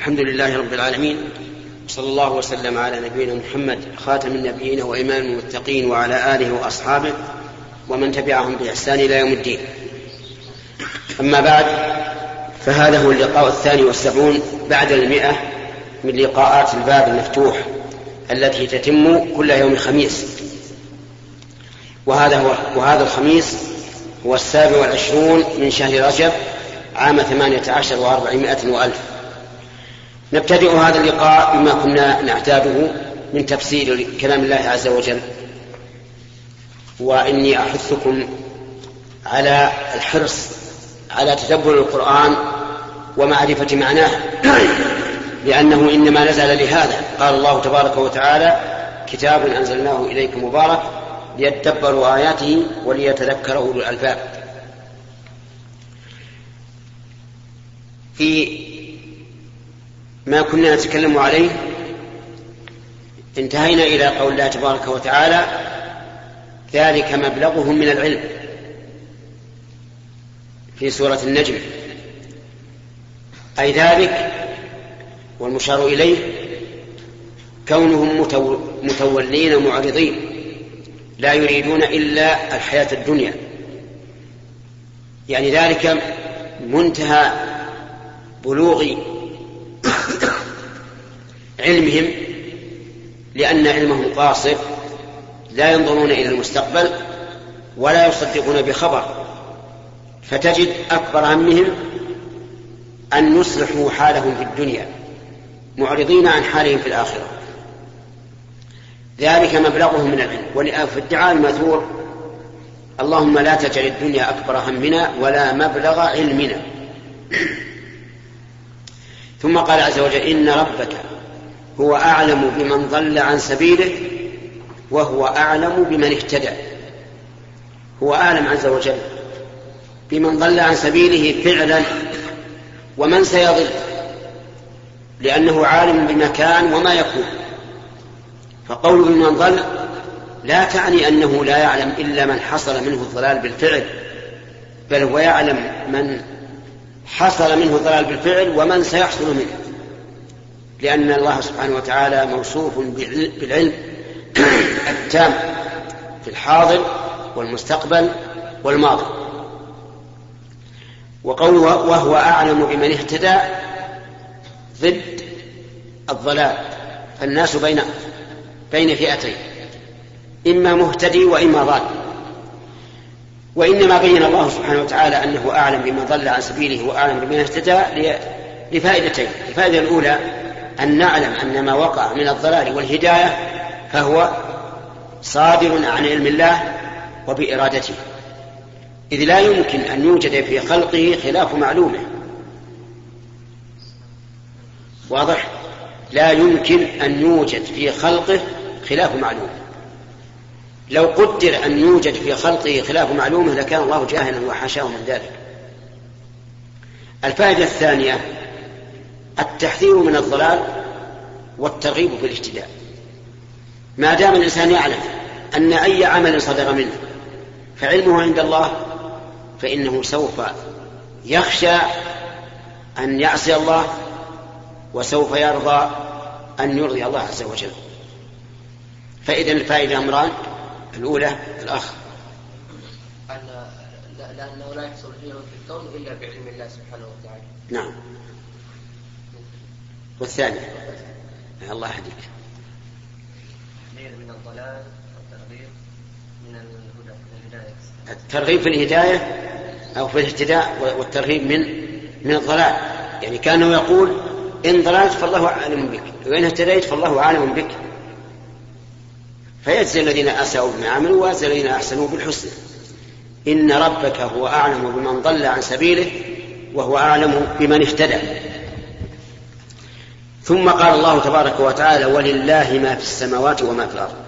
الحمد لله رب العالمين، صلى الله وسلم على نبينا محمد خاتم النبيين وإمام المتقين وعلى آله وأصحابه ومن تبعهم بإحسان إلى يوم الدين. أما بعد، فهذا هو اللقاء 72 بعد 100 من لقاءات الباب المفتوح التي تتم كل يوم خميس، وهذا الخميس هو 27 من شهر رجب عام 18 و400 وألف. نبتدئ هذا اللقاء بما كنا نعتاده من تفسير كلام الله عز وجل، وإني أحثكم على الحرص على تدبر القرآن ومعرفة معناه، لأنه إنما نزل لهذا. قال الله تبارك وتعالى: كتاب أنزلناه إليكم مبارك ليدبروا آياته وليتذكر أولو الألباب. في ما كنا نتكلم عليه انتهينا إلى قول الله تبارك وتعالى: ذلك مبلغهم من العلم، في سورة النجم. أي ذلك والمشار إليه كونهم متولين معرضين لا يريدون إلا الحياة الدنيا، يعني ذلك منتهى بلوغ علمهم، لأن علمهم قاصر، لا ينظرون إلى المستقبل ولا يصدقون بخبر، فتجد أكبر همهم أن يصلحوا حالهم في الدنيا معرضين عن حالهم في الآخرة. ذلك مبلغهم من العلم. وفي الدعاء الماثور: اللهم لا تجعل الدنيا أكبر همنا ولا مبلغ علمنا. ثم قال عز وجل: إن ربك هو أعلم بمن ضل عن سبيله وهو أعلم بمن اهتدى. هو أعلم عز وجل بمن ضل عن سبيله فعلا ومن سيضل، لأنه عالم بما كان وما يكون. فقوله بمن ضل لا تعني أنه لا يعلم إلا من حصل منه الضلال بالفعل، بل هو يعلم من حصل منه الضلال بالفعل ومن سيحصل منه، لأن الله سبحانه وتعالى موصوف بالعلم التام في الحاضر والمستقبل والماضي. وقوله وهو أعلم بمن اهتدى ضد الضلال، فالناس بين فئتين، إما مهتدي وإما ضال. وإنما بين الله سبحانه وتعالى أنه أعلم بمن ضل عن سبيله وأعلم بمن اهتدى لفائدتين. الفائدة الأولى أن نعلم أن ما وقع من الضلال والهداية فهو صادر عن علم الله وبإرادته، إذ لا يمكن أن يوجد في خلقه خلاف معلومه. واضح؟ لا يمكن أن يوجد في خلقه خلاف معلومه. لو قدر أن يوجد في خلقه خلاف معلومه لكان الله جاهلا وحاشاه من ذلك. الفائدة الثانية التحذير من الضلال والترغيب في الاهتداء. ما دام الإنسان يعلم أن أي عمل صدر منه فعلمه عند الله، فإنه سوف يخشى أن يعصي الله وسوف يرضى أن يرضي الله عز وجل. فإذن الفائدة أمران: الأولى الأخ لأنه لا يحصل فيه في الكون إلا بعلم الله سبحانه وتعالى. نعم. والثاني الله يهديك من الضلال والترغيب من الهداية. الترغيب في الهداية أو في الاهتداء، والترغيب من الضلال، يعني كانه يقول: إن ضللت فالله أعلم بك، وإن اهتديت فالله أعلم بك. فيجزي الذين أساءوا بما عملوا ويجزي الذين أحسنوا بالحسنى. إن ربك هو أعلم بمن ضل عن سبيله وهو أعلم بمن اهتدى. ثم قال الله تبارك وتعالى: ولله ما في السماوات وما في الأرض.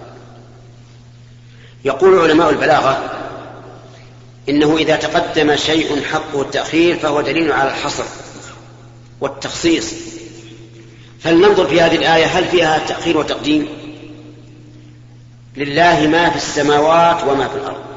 يقول علماء البلاغة: إنه إذا تقدم شيء حقه التأخير فهو دليل على الحصر والتخصيص. فلننظر في هذه الآية هل فيها تأخير وتقديم؟ لله ما في السماوات وما في الأرض.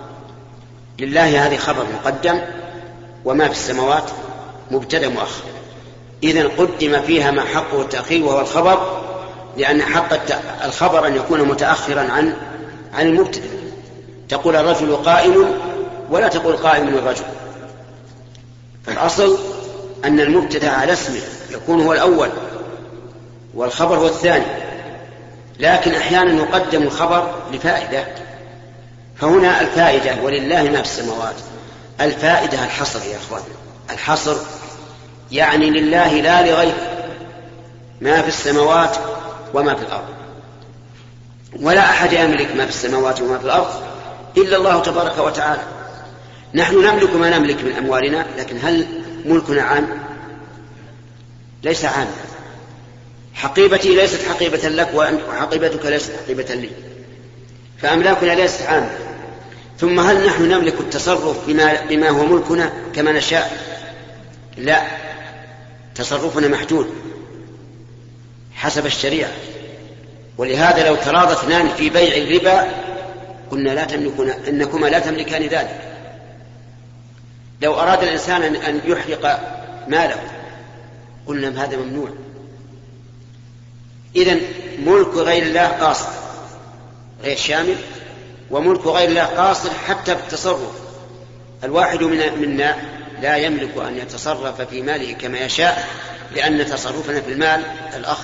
لله هذه خبر مقدم، وما في السماوات مبتدأ مؤخر. إذن قدم فيها ما حقه التأخير وهو الخبر، لأن حق الخبر أن يكون متأخرا عن المبتدأ. تقول الرجل قائم ولا تقول قائم الرجل. فالأصل أن المبتدأ على اسمه يكون هو الأول والخبر هو الثاني، لكن أحيانا يقدم الخبر لفائدة. فهنا الفائدة ولله ما في السماوات، الفائدة الحصر يا أخوان، الحصر يعني لله لا لغيره ما في السماوات وما في الأرض، ولا أحد يملك ما في السماوات وما في الأرض إلا الله تبارك وتعالى. نحن نملك ما نملك من أموالنا، لكن هل ملكنا عام؟ ليس عام. حقيبتي ليست حقيبة لك وحقيبتك ليست حقيبة لي، فأملاكنا ليست عامة. ثم هل نحن نملك التصرف بما هو ملكنا كما نشاء؟ لا، تصرفنا محدود حسب الشريعة. ولهذا لو تراضى اثنان في بيع الربا قلنا لا تملكون، إنكما لا تملكان ذلك. لو أراد الإنسان أن يحرق ماله قلنا هذا ممنوع. إذن ملك غير الله قاصر غير شامل، وملك غير الله قاصر حتى بالتصرف. الواحد منا لا يملك أن يتصرف في ماله كما يشاء، لأن تصرفنا في المال الأخ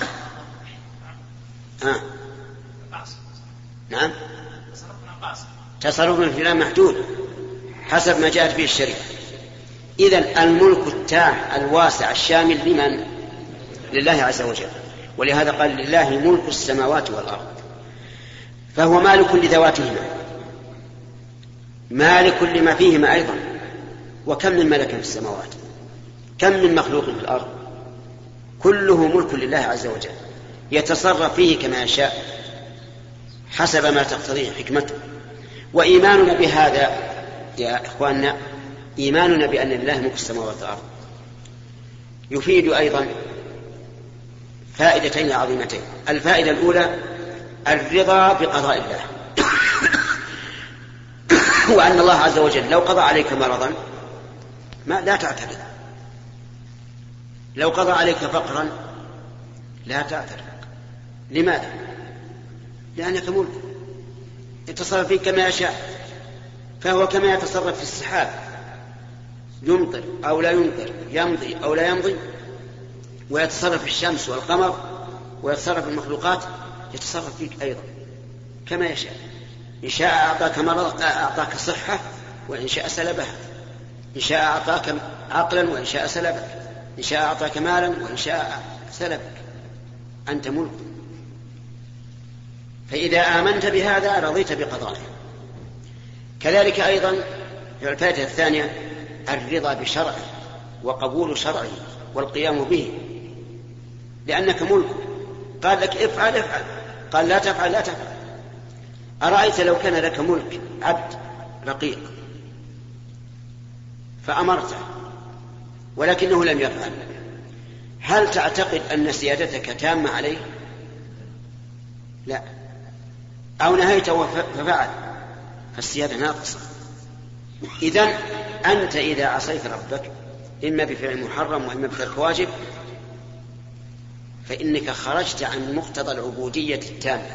نعم تصرفنا في المال محدود حسب ما جاءت به الشريعة. إذن الملك التام الواسع الشامل لمن؟ لله عز وجل. ولهذا قال لله ملك السماوات والأرض، فهو مالك لذواتهما، مالك لما فيهما أيضا. وكم من ملك في السماوات، كم من مخلوق في الأرض، كله ملك لله عز وجل، يتصرف فيه كما يشاء حسب ما تقتضيه حكمته. وإيماننا بهذا يا إخواننا، إيماننا بأن لله ملك السماوات والأرض يفيد أيضا فائدتين عظيمتين. الفائدة الأولى الرضا بقضاء الله، وأن الله عز وجل لو قضى عليك مرضا لا تعترض، لو قضى عليك فقرا لا تعترض. لماذا؟ لأنك ملك يتصرف فيك كما يشاء. فهو كما يتصرف في السحاب، يمطر أو لا يمطر، يمضي أو لا يمضي، ويتصرف في الشمس والقمر، ويتصرف في المخلوقات، يتصرف فيك أيضا كما يشاء. إن شاء أعطاك مرض أعطاك صحة، وإن شاء سلبها. إن شاء أعطاك عقلا وإن شاء سلبك. إن شاء أعطاك مالا وإن شاء سلبك. أنت ملك. فإذا آمنت بهذا رضيت بقضائه. كذلك أيضا الفائدة الثانية الرضا بشرعه وقبول شرعه والقيام به، لأنك ملك. قال لك افعل افعل، قال لا تفعل لا تفعل. أرأيت لو كان لك ملك عبد رقيق فأمرته ولكنه لم يفعل، هل تعتقد أن سيادتك تامة عليه؟ لا. أو نهيته ففعل، فالسيادة ناقصة. إذن أنت إذا عصيت ربك إما بفعل محرم وإما بترك واجب فإنك خرجت عن مقتضى العبودية التامة.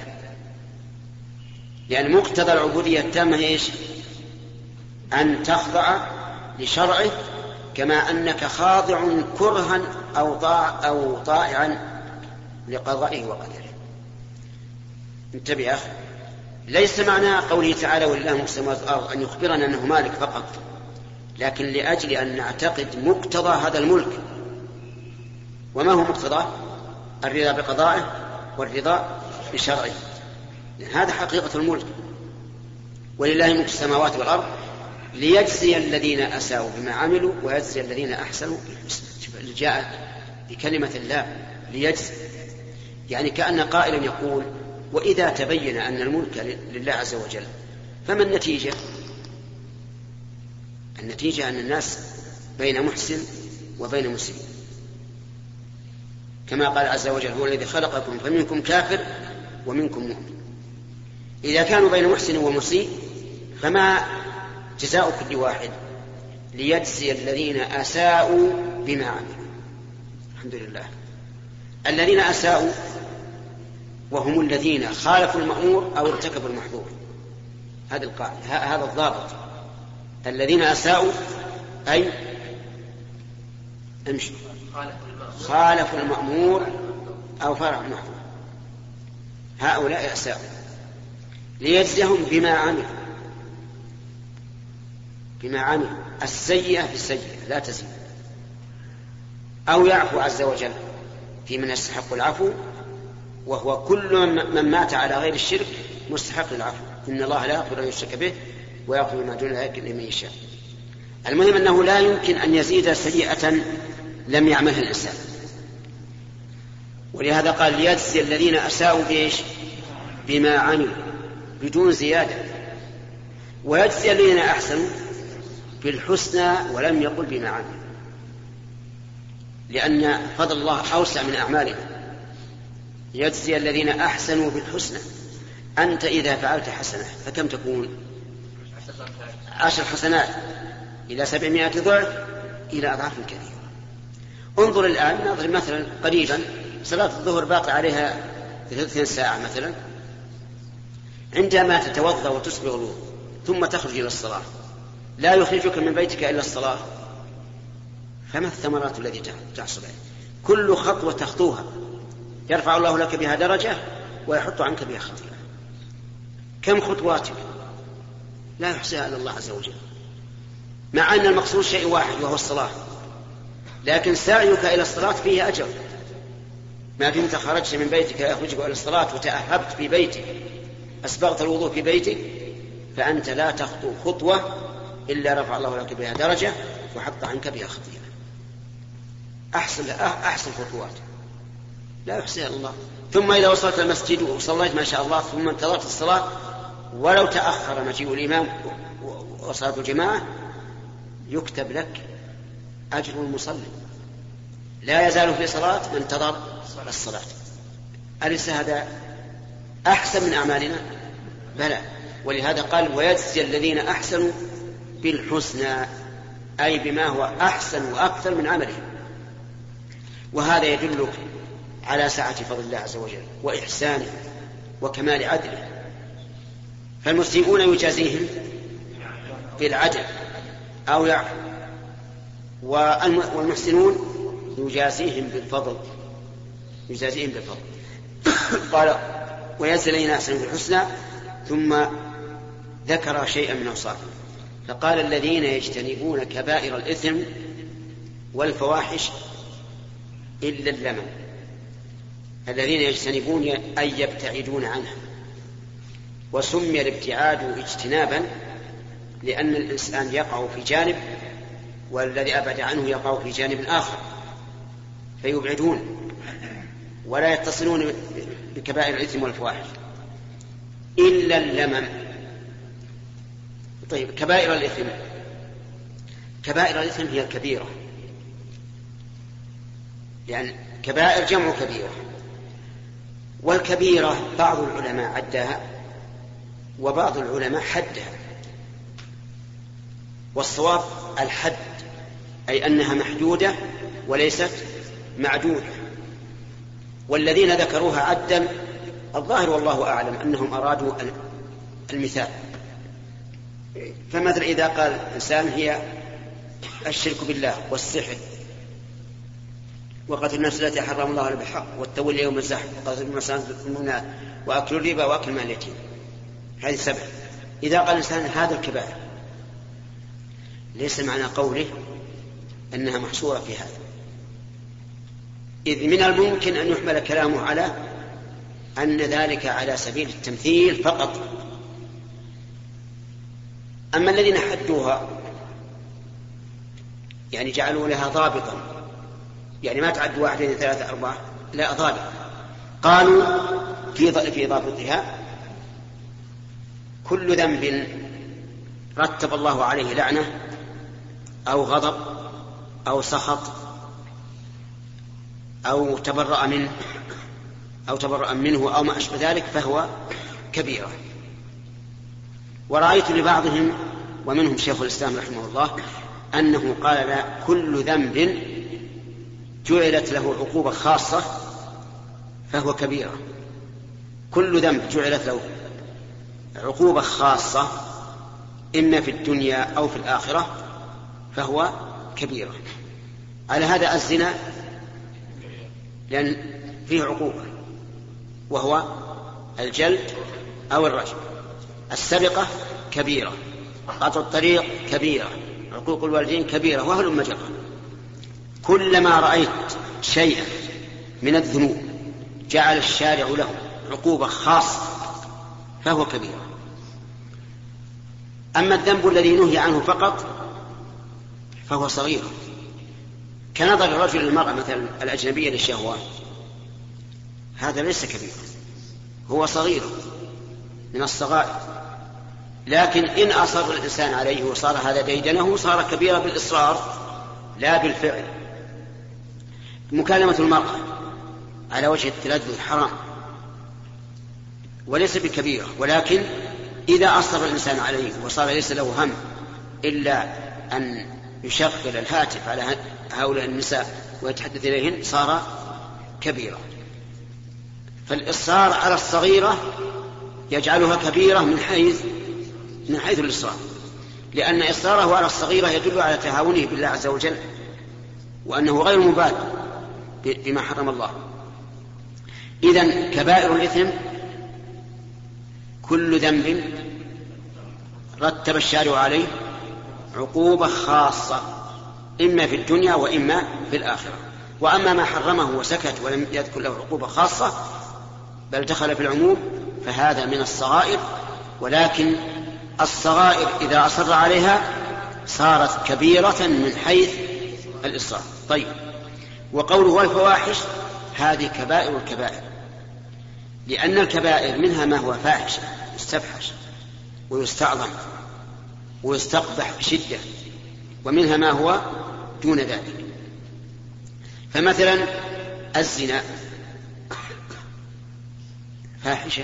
لأن مقتضى العبودية التامة إيش؟ أن تخضع لشرعه كما أنك خاضع كرها أو طائعا لقضائه وقدره. انتبه يا أخي، ليس معنى قوله تعالى ولله ملك السماوات والأرض أن يخبرنا أنه مالك فقط، لكن لأجل أن نعتقد مقتضى هذا الملك. وما هو مقتضاه؟ الرضا بقضائه والرضا بشرعه. هذا حقيقة الملك. ولله ملك السماوات والأرض ليجزي الذين أساءوا بما عملوا ويجزي الذين أحسنوا بالحسنى. جاء بكلمة الله ليجزي، يعني كأن قائلا يقول وإذا تبين أن الملك لله عز وجل فما النتيجة؟ النتيجة أن الناس بين محسن وبين مسيء، كما قال عز وجل هو الذي خلقكم فمنكم كافر ومنكم مؤمن. إذا كانوا بين محسن ومسيء فما جزاء كل واحد؟ ليجزي الذين أساءوا بما عملوا. الحمد لله. الذين أساءوا وهم الذين خالفوا المأمور أو ارتكبوا المحظور. هذا القاعدة، هذا الضابط. الذين أساءوا أي امشوا خالفوا المأمور أو فعلوا المحظور، هؤلاء أساءوا ليجزهم بما عملوا السيئة بالسيئة لا تزيد، أو يعفو عز وجل في من يستحق العفو، وهو كل من مات على غير الشرك مستحق للعفو. إن الله لا يغفر أن يشرك به ويغفر ما دون ذلك لمن يشاء. المهم أنه لا يمكن أن يزيد سيئة لم يعملها الإنسان، ولهذا قال ليجزي الذين أساءوا بما عملوا بدون زيادة، ويجزي الذين أحسنوا بالحسنى ولم يقل بما عملوا، لأن فضل الله أوسع من أعمالهم. يجزي الذين أحسنوا بالحسنى. أنت إذا فعلت حسنة فكم تكون؟ 10 حسنات إلى 700 ضعف إلى أضعاف كثيرة. انظر الآن، نضرب مثلا قريبا صلاة الظهر باقي عليها 3 ساعة مثلا، عندما تتوضأ وتسبغ الوضوء ثم تخرج إلى الصلاة لا يخرجك من بيتك إلا الصلاة، فما الثمرات التي تحصل عليها؟ كل خطوة تخطوها يرفع الله لك بها درجة ويحط عنك بها خطيئة. كم خطواتك لا يحصيها إلا الله عز وجل، مع أن المقصود شيء واحد وهو الصلاة، لكن سعيك إلى الصلاة فيه أجر. ما دمت خرجت من بيتك يخرجك إلى الصلاة وتأهبت في بيتك أسبغت الوضوء في بيتك، فأنت لا تخطو خطوة إلا رفع الله لك بها درجة وحط عنك بها خطيئة. أحسن خطوات لا يحصيها الله. ثم إذا وصلت المسجد وصليت ما شاء الله ثم انتظرت الصلاة، ولو تأخر مجيء الإمام وصلاة الجماعة يكتب لك أجر المصلي، لا يزال في صلاة من انتظر الصلاة. أليس هذا أحسن من أعمالنا؟ بلى. ولهذا قال ويجزي الذين أحسنوا بالحسنى، أي بما هو أحسن وأكثر من عملهم. وهذا يدلك على سعة فضل الله عز وجل وإحسانه وكمال عدله. فالمسيئون يجازيهم بالعدل أو يعفو، والمحسنون يجازيهم بالفضل. قال ويجزي الذين أحسنوا بالحسنى، ثم ذكر شيئا من أوصافهم فقال الذين يجتنبون كبائر الإثم والفواحش إلا اللمم. الذين يجتنبون أي يبتعدون عنها، وسمي الابتعاد اجتنابا لأن الإنسان يقع في جانب والذي أبعد عنه يقع في جانب آخر، فيبعدون ولا يتصلون بكبائر الإثم والفواحش إلا اللمم. طيب كبائر الإثم هي الكبيرة، يعني كبائر جمع كبيرة، والكبيرة بعض العلماء عدها وبعض العلماء حدها، والصواب الحد، أي أنها محدودة وليست معدودة. والذين ذكروها عدا الظاهر والله أعلم أنهم أرادوا المثال. فمثل إذا قال إنسان هي الشرك بالله والسحر وقتل النفس التي حرم الله بالحق والتولي يوم الزحف وقتل المؤمنات وأكل الربا وأكل مال اليتيم، هذه 7. إذا قال الإنسان هذا الكبائر، ليس معنى قوله أنها محصورة في هذا، إذ من الممكن أن يحمل كلامه على أن ذلك على سبيل التمثيل فقط. أما الذين حدوها يعني جعلوا لها ضابطا، يعني ما تعد 1 2 3 4، لا ضابط. قالوا في ضابطها كل ذنب رتب الله عليه لعنة أو غضب أو سخط أو تبرأ منه أو ما أشبه ذلك فهو كبيرة. ورأيت لبعضهم ومنهم شيخ الإسلام رحمه الله أنه قال لا، كل ذنب جعلت له عقوبة خاصة فهو كبيرة. كل ذنب جعلت له عقوبة خاصة إما في الدنيا أو في الآخرة فهو كبيرة. على هذا الزنا لأن فيه عقوبة وهو الجلد أو الرجم. السرقة كبيرة، قطع الطريق كبيرة، عقوق الوالدين كبيرة، وهلم جرا. كلما رأيت شيئا من الذنوب جعل الشارع له عقوبة خاصة فهو كبيرة. أما الذنب الذي نهي عنه فقط فهو صغير، كنظر الرجل للمرأة مثلا الأجنبية للشهوات، هذا ليس كبير، هو صغير من الصغائر. لكن إن أصر الإنسان عليه وصار هذا ديدنه صار كبيرا بالإصرار لا بالفعل. مكالمة المرأة على وجه التلذذ حرام وليس بكبيرة، ولكن إذا أصر الإنسان عليه وصار ليس له هم إلا أن يشغل الهاتف على هؤلاء النساء ويتحدث إليهن صار كبيرة. فالإصرار على الصغيرة يجعلها كبيرة من حيث الإصرار، لأن إصراره على الصغيرة يدل على تهاونه بالله عز وجل وأنه غير مبالٍ بما حرم الله. إذن كبائر الإثم كل ذنب رتب الشارع عليه عقوبة خاصة إما في الدنيا وإما في الآخرة. وأما ما حرمه وسكت ولم يذكر له عقوبة خاصة بل دخل في العموم فهذا من الصغائر، ولكن الصغائر إذا أصر عليها صارت كبيرة من حيث الإصرار. طيب، وقوله والفواحش هذه كبائر الكبائر، لأن الكبائر منها ما هو فاحش يستفحش ويستعظم ويستقبح بشدة، ومنها ما هو دون ذلك. فمثلا الزنا فاحشة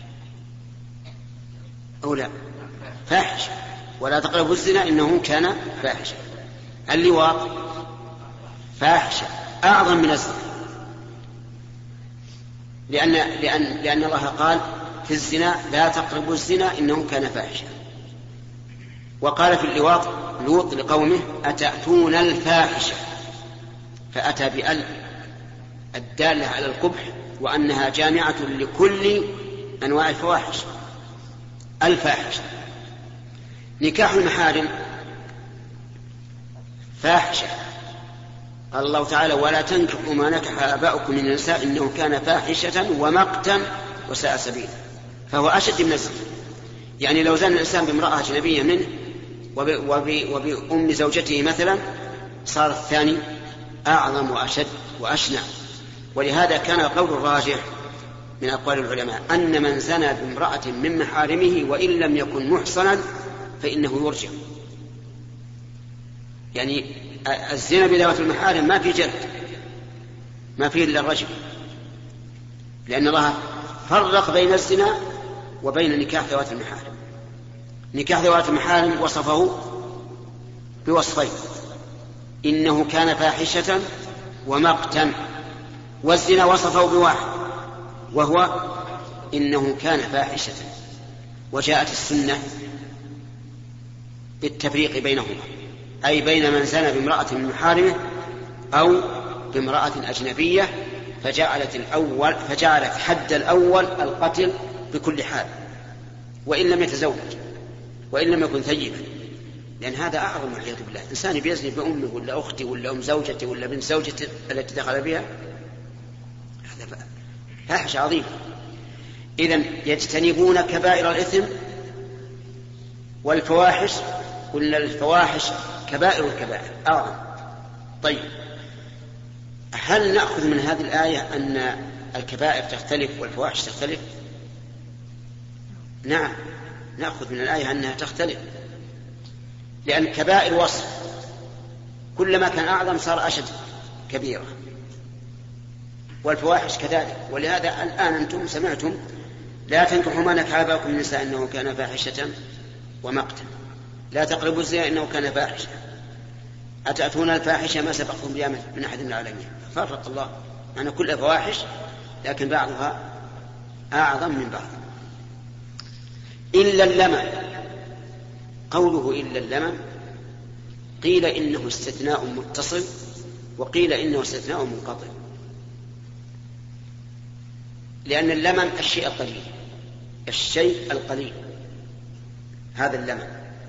أو لا؟ فاحشة، ولا تقربوا الزنا إنه كان فاحشة. اللواط فاحشة أعظم من الزنا، لأن الله قال في الزنا لا تقربوا الزنا إنه كان فاحشة. وقال في اللواط لوط لقومه أتأتون الفاحشة، فأتى بأل الدالة على القبح وأنها جامعة لكل أنواع الفواحش. الفاحشة نكاح المحارم فاحشة، قال الله تعالى ولا تنكحوا ما نكح آباؤكم من النساء إنه كان فاحشة ومقتا وساء سبيلا، فهو أشد من الزنا. يعني لو زنى الإنسان بامرأة أجنبية منه وبأم زوجته مثلا صار الثاني أعظم وأشد وأشنع. ولهذا كان القول الراجح من أقوال العلماء أن من زنى بامرأة من محارمه وإن لم يكن محصنا فإنه يرجم. يعني الزنا بذوات المحارم ما في جلد، ما فيه إلا الرجم، لأن الله فرق بين الزنا وبين نكاح ذوات المحارم. نكاح ذوات المحارم وصفه بوصفين، إنه كان فاحشة ومقتا، والزنا وصفه بواحد وهو إنه كان فاحشة. وجاءت السنة بالتفريق بينهما، أي بين من زنى بامرأة من محارمه أو بامرأة أجنبية، فجعلت حد الأول القتل بكل حال وإن لم يتزوج وإن لم يكن ثيبا، لأن هذا أعظم والعياذ بالله. إنسان بيزني بأمه ولا أخته ولا أم زوجته ولا بنت زوجته التي دخل بها، هذا فاحش عظيم. إذن يجتنبون كبائر الإثم والفواحش، قلنا الفواحش كبائر الكبائر أعظم. طيب، هل نأخذ من هذه الآية أن الكبائر تختلف والفواحش تختلف؟ نعم، نأخذ من الآية أنها تختلف، لأن كبائر وصف، كلما كان أعظم صار أشد كبيرة، والفواحش كذلك. ولهذا الآن أنتم سمعتم لا تنكحوا ما نكح آباؤكم من النساء إنه كان فاحشة ومقتا، لا تقربوا الزنا إنه كان فاحشة. أتأتون الفاحشة ما سبقكم بها من أحد من العالمين. فرق الله أن كل فواحش لكن بعضها أعظم من بعض. إلا اللمم، قوله إلا اللمم قيل إنه استثناء متصل وقيل إنه استثناء منقطع، لأن اللمم الشيء القليل، الشيء القليل هذا اللمم.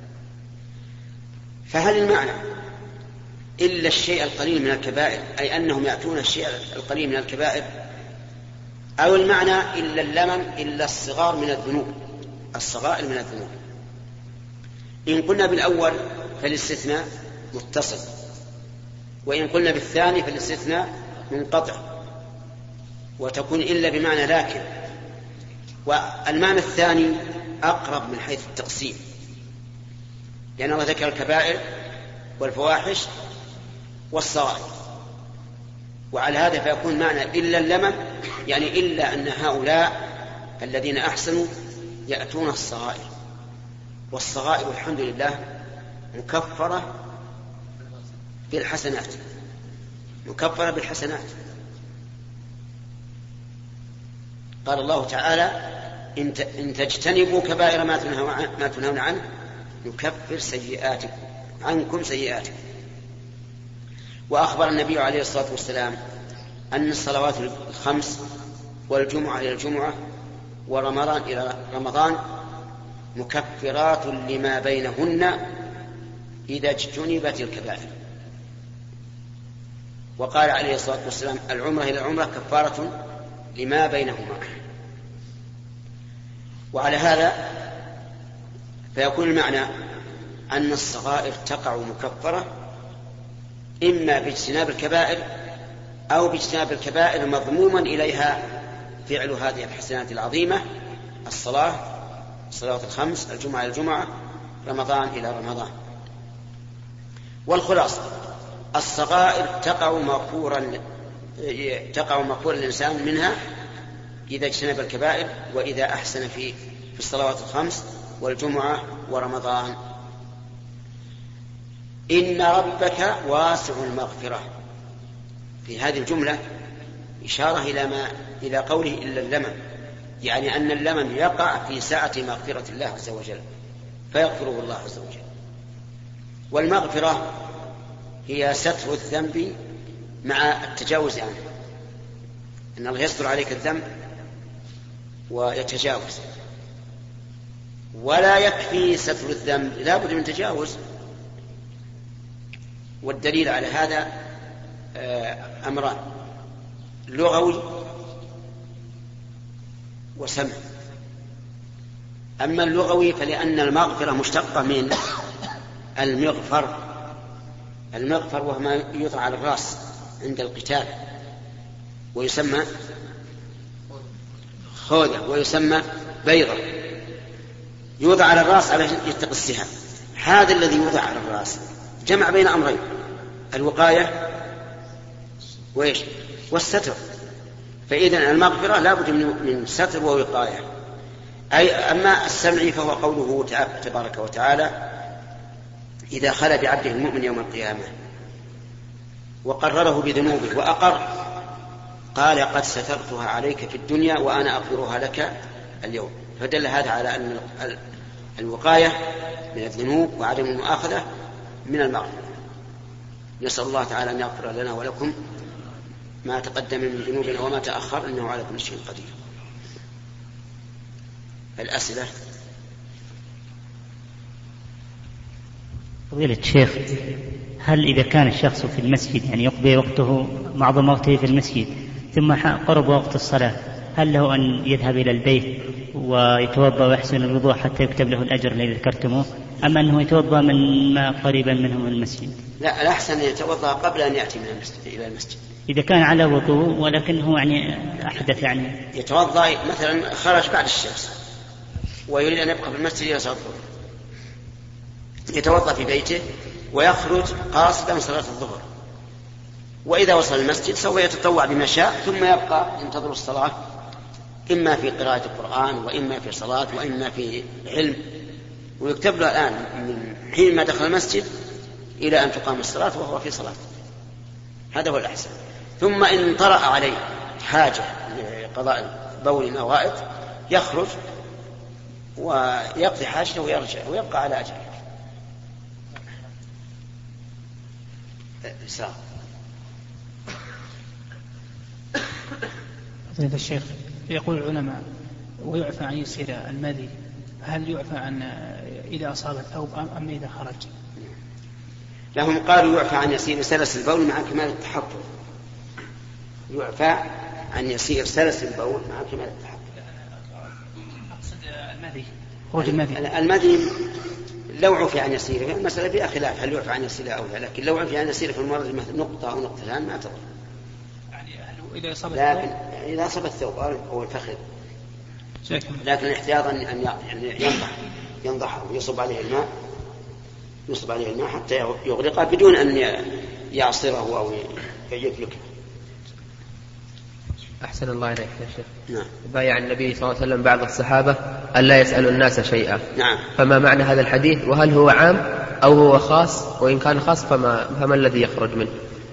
فهل المعنى إلا الشيء القليل من الكبائر أي أنهم يأتون الشيء القليل من الكبائر، أو المعنى إلا اللمم إلا الصغار من الذنوب، الصغائر من الذنوب؟ إن قلنا بالأول فالاستثناء متصل، وإن قلنا بالثاني فالاستثناء منقطع، وتكون إلا بمعنى لكن. والمعنى الثاني أقرب من حيث التقسيم، لأن الله ذكر الكبائر والفواحش والصغائر، وعلى هذا فيكون معنى إلا اللمم يعني إلا أن هؤلاء الذين أحسنوا يأتون الصغائر، والصغائر الحمد لله مكفرة بالحسنات، مكفرة بالحسنات. قال الله تعالى إن تجتنبوا كبائر ما تنهون عنه يكفر سيئاتكم عنكم سيئاتكم. وأخبر النبي عليه الصلاة والسلام أن الصلوات الخمس والجمعة إلى الجمعة ورمضان إلى رمضان مكفرات لما بينهن إذا اجتنبت الكبائر. وقال عليه الصلاة والسلام العمرة إلى العمرة كفارة لما بينهما. وعلى هذا فيكون المعنى أن الصغائر تقع مكفرة إما باجتناب الكبائر أو باجتناب الكبائر مضموما إليها فعل هذه الحسنات العظيمة: الصلوات الخمس، الجمعة إلى الجمعة، رمضان إلى رمضان. والخلاصة الصغائر تقع مغفورا الإنسان منها إذا اجتنب الكبائر وإذا أحسن في الصلوات الخمس والجمعة ورمضان. إن ربك واسع المغفرة، في هذه الجملة إشارة إلى قوله إلا اللمم، يعني أن اللمم يقع في سعة مغفرة الله عز وجل فيغفره الله عز وجل. والمغفرة هي ستر الذنب مع التجاوز عنه، إن الله يستر عليك الذنب ويتجاوز، ولا يكفي ستر الذنب، لا بد من تجاوز. والدليل على هذا أمران: لغوي وسمع. أما اللغوي فلأن المغفرة مشتقة من المغفر، المغفر وهو ما يوضع على الرأس عند القتال ويسمى خوذة ويسمى بيضة، يوضع على الرأس على يتقي السهام. هذا الذي يوضع على الرأس جمع بين أمرين: الوقاية والستر. فإذا المغفرة لا بد من ستر ووقاية. أما السمع فهو قوله تبارك وتعالى: إذا خلى بعبده المؤمن يوم القيامة وقرره بذنوبه وأقر قال قد سترتها عليك في الدنيا وأنا أغفرها لك اليوم. فدل هذا على أن الوقاية من الذنوب وعدم المؤاخذة من المغفرة. نسأل الله تعالى أن يغفر لنا ولكم ما تقدم من ذنوبنا وما تأخر، إنه على كل شيء قدير. الأسئلة. فضيلة الشيخ، هل إذا كان الشخص في المسجد يعني يقضي وقته معظم وقته في المسجد ثم قرب وقت الصلاة، هل له أن يذهب إلى البيت ويتوضأ ويحسن الوضوء حتى يكتب له الأجر الذي ذكرتموه، أم أنه يتوضأ من ما قريبا منه من المسجد؟ لا، الأحسن أن يتوضأ قبل أن يأتي من المسجد إلى المسجد. إذا كان على وضوء ولكنه يعني أحدث، يعني يتوضأ مثلا خرج بعد الشمس ويريد أن يبقى في المسجد إلى صلاة الظهر، يتوضأ في بيته ويخرج قاصدا صلاة الظهر، وإذا وصل المسجد سوف يتطوع بما شاء ثم يبقى ينتظر الصلاة، إما في قراءة القرآن وإما في صلاة وإما في علم، ويكتب له الآن من حين ما دخل المسجد إلى أن تقام الصلاة وهو في صلاة، هذا هو الأحسن. ثم إن طرأ عليه حاجة لقضاء بول أو غائط يخرج ويقضي حاجته ويرجع ويبقى على أجله. فضيلة الشيخ، يقول العلماء ويعفى عن يسير المذي، هل يعفى عن إذا أصاب الثوب أم إذا خرج؟ لهم قالوا يعفى عن يسير سلس البول مع كمال التحفظ، يعفى عن يسير سلس البول مع كمال التحفظ. أقصد المذي، خروج المذي. المذي لو عفى عن يسيره المسألة فيها خلاف هل يعفى عن يسيره أو لا، لكن لو عفى عن يسيره في المرض نقطة أو نقطتان ما تضر. يعني إذا أصاب لكن إذا أصاب الثوب أو الفخذ، لكن الاحتياط أن ينضح ويصب عليه الماء حتى يغرقه بدون أن يعصره أو يفلكه. أحسن الله إليك يا شيخ. نعم. بايع النبي صلى الله عليه وسلم بعض الصحابة ألا يسألوا الناس شيئا. نعم. فما معنى هذا الحديث، وهل هو عام أو هو خاص، وإن كان خاص فما الذي يخرج منه؟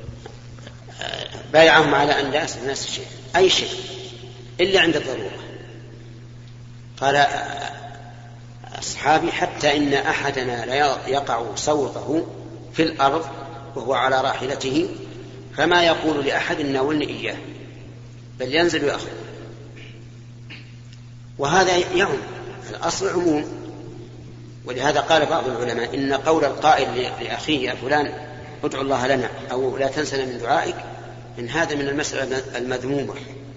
بايعهم على أن لا يسأل الناس شيء، أي شيء إلا عند الضرورة. قال أصحابي حتى إن أحدنا لا يقع صوته في الأرض وهو على راحلته فما يقول لأحد ناولني إياه، بل ينزل ويأخذ. وهذا يعم، الأصل عموم. ولهذا قال بعض العلماء إن قول القائل لأخيه يا فلان ادعو الله لنا أو لا تنسنا من دعائك إن هذا من المسألة المذمومة،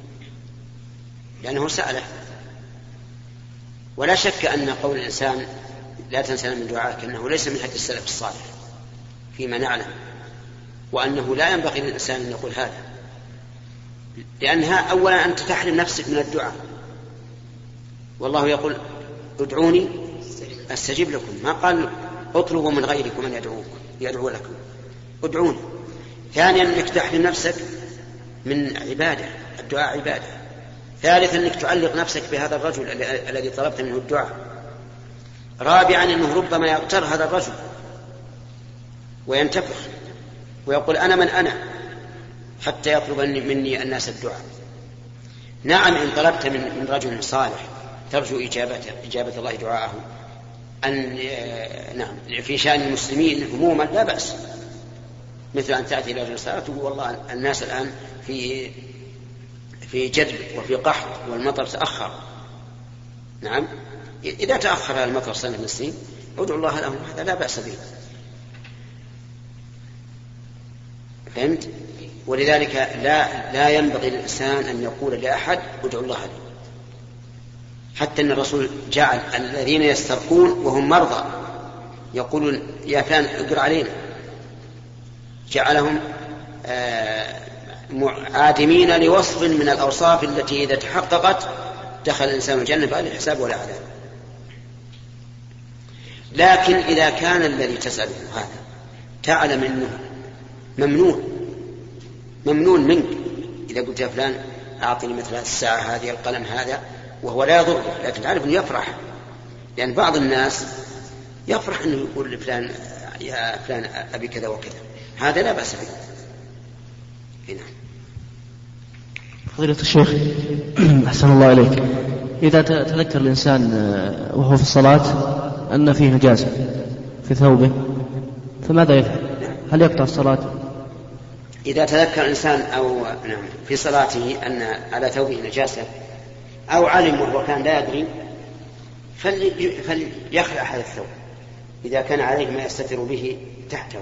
لأنه سأله. ولا شك أن قول الإنسان لا تنسنا من دعائك أنه ليس من هدي السلف الصالح فيما نعلم، وأنه لا ينبغي للإنسان أن يقول هذا، لأنها أولا أنت تحرم نفسك من الدعاء، والله يقول ادعوني أستجيب لكم، ما قال اطلبوا من غيركم أن يدعو لكم، ادعوني. ثانيا أنك تحرم نفسك من عبادة، الدعاء عبادة. ثالثا أنك تعلق نفسك بهذا الرجل الذي طلبت منه الدعاء. رابعا أنه ربما يغتر هذا الرجل وينتفخ ويقول أنا من أنا حتى يطلب مني الناس الدعاء. نعم إن طلبت من رجل صالح ترجو إجابة الله دعاءه أن نعم في شأن المسلمين عموما لا بأس، مثل أن تأتي إلى رجل صالح تقول والله الناس الآن في جدب وفي قحط والمطر تأخر. نعم إذا تأخر المطر سنة من السنين ادعو الله لهم، هذا لا بأس به. فهمت؟ ولذلك لا ينبغي للإنسان أن يقول لأحد ادعو الله لي. حتى أن الرسول جعل الذين يسترقون وهم مرضى يقولون يا فلان اقرأ علينا، جعلهم عادمين لوصف من الأوصاف التي إذا تحققت دخل الإنسان الجنة بغير حساب ولا عذاب. لكن إذا كان الذي تسأله هذا تعلم أنه ممنون منك، إذا قلت يا فلان أعطني مثل الساعة هذه القلم هذا وهو لا يضره، لكن تعرف أنه يفرح، لأن بعض الناس يفرح أنه يقول لفلان يا فلان أبي كذا وكذا، هذا لا بأس به. هنا فضيلة الشيخ أحسن الله إليك، إذا تذكر الإنسان وهو في الصلاة أن فيه نجاسة في ثوبه فماذا يفعل؟ هل يقطع الصلاة؟ إذا تذكر الإنسان أو في صلاته أن على ثوبه نجاسة أو علم وهو كان لا يدري فليخلع هذا الثوب إذا كان عليه ما يستتر به تحته.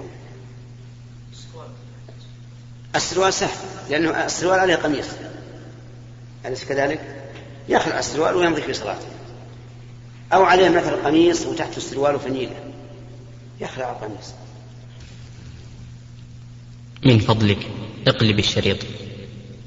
السروال سهل لأنه السروال عليه قميص، أليس كذلك؟ يخلع السروال ويمضي في صلاته. أو عليه مثل قميص وتحت السروال فنيلة، يخلع القميص. من فضلك اقلب الشريط.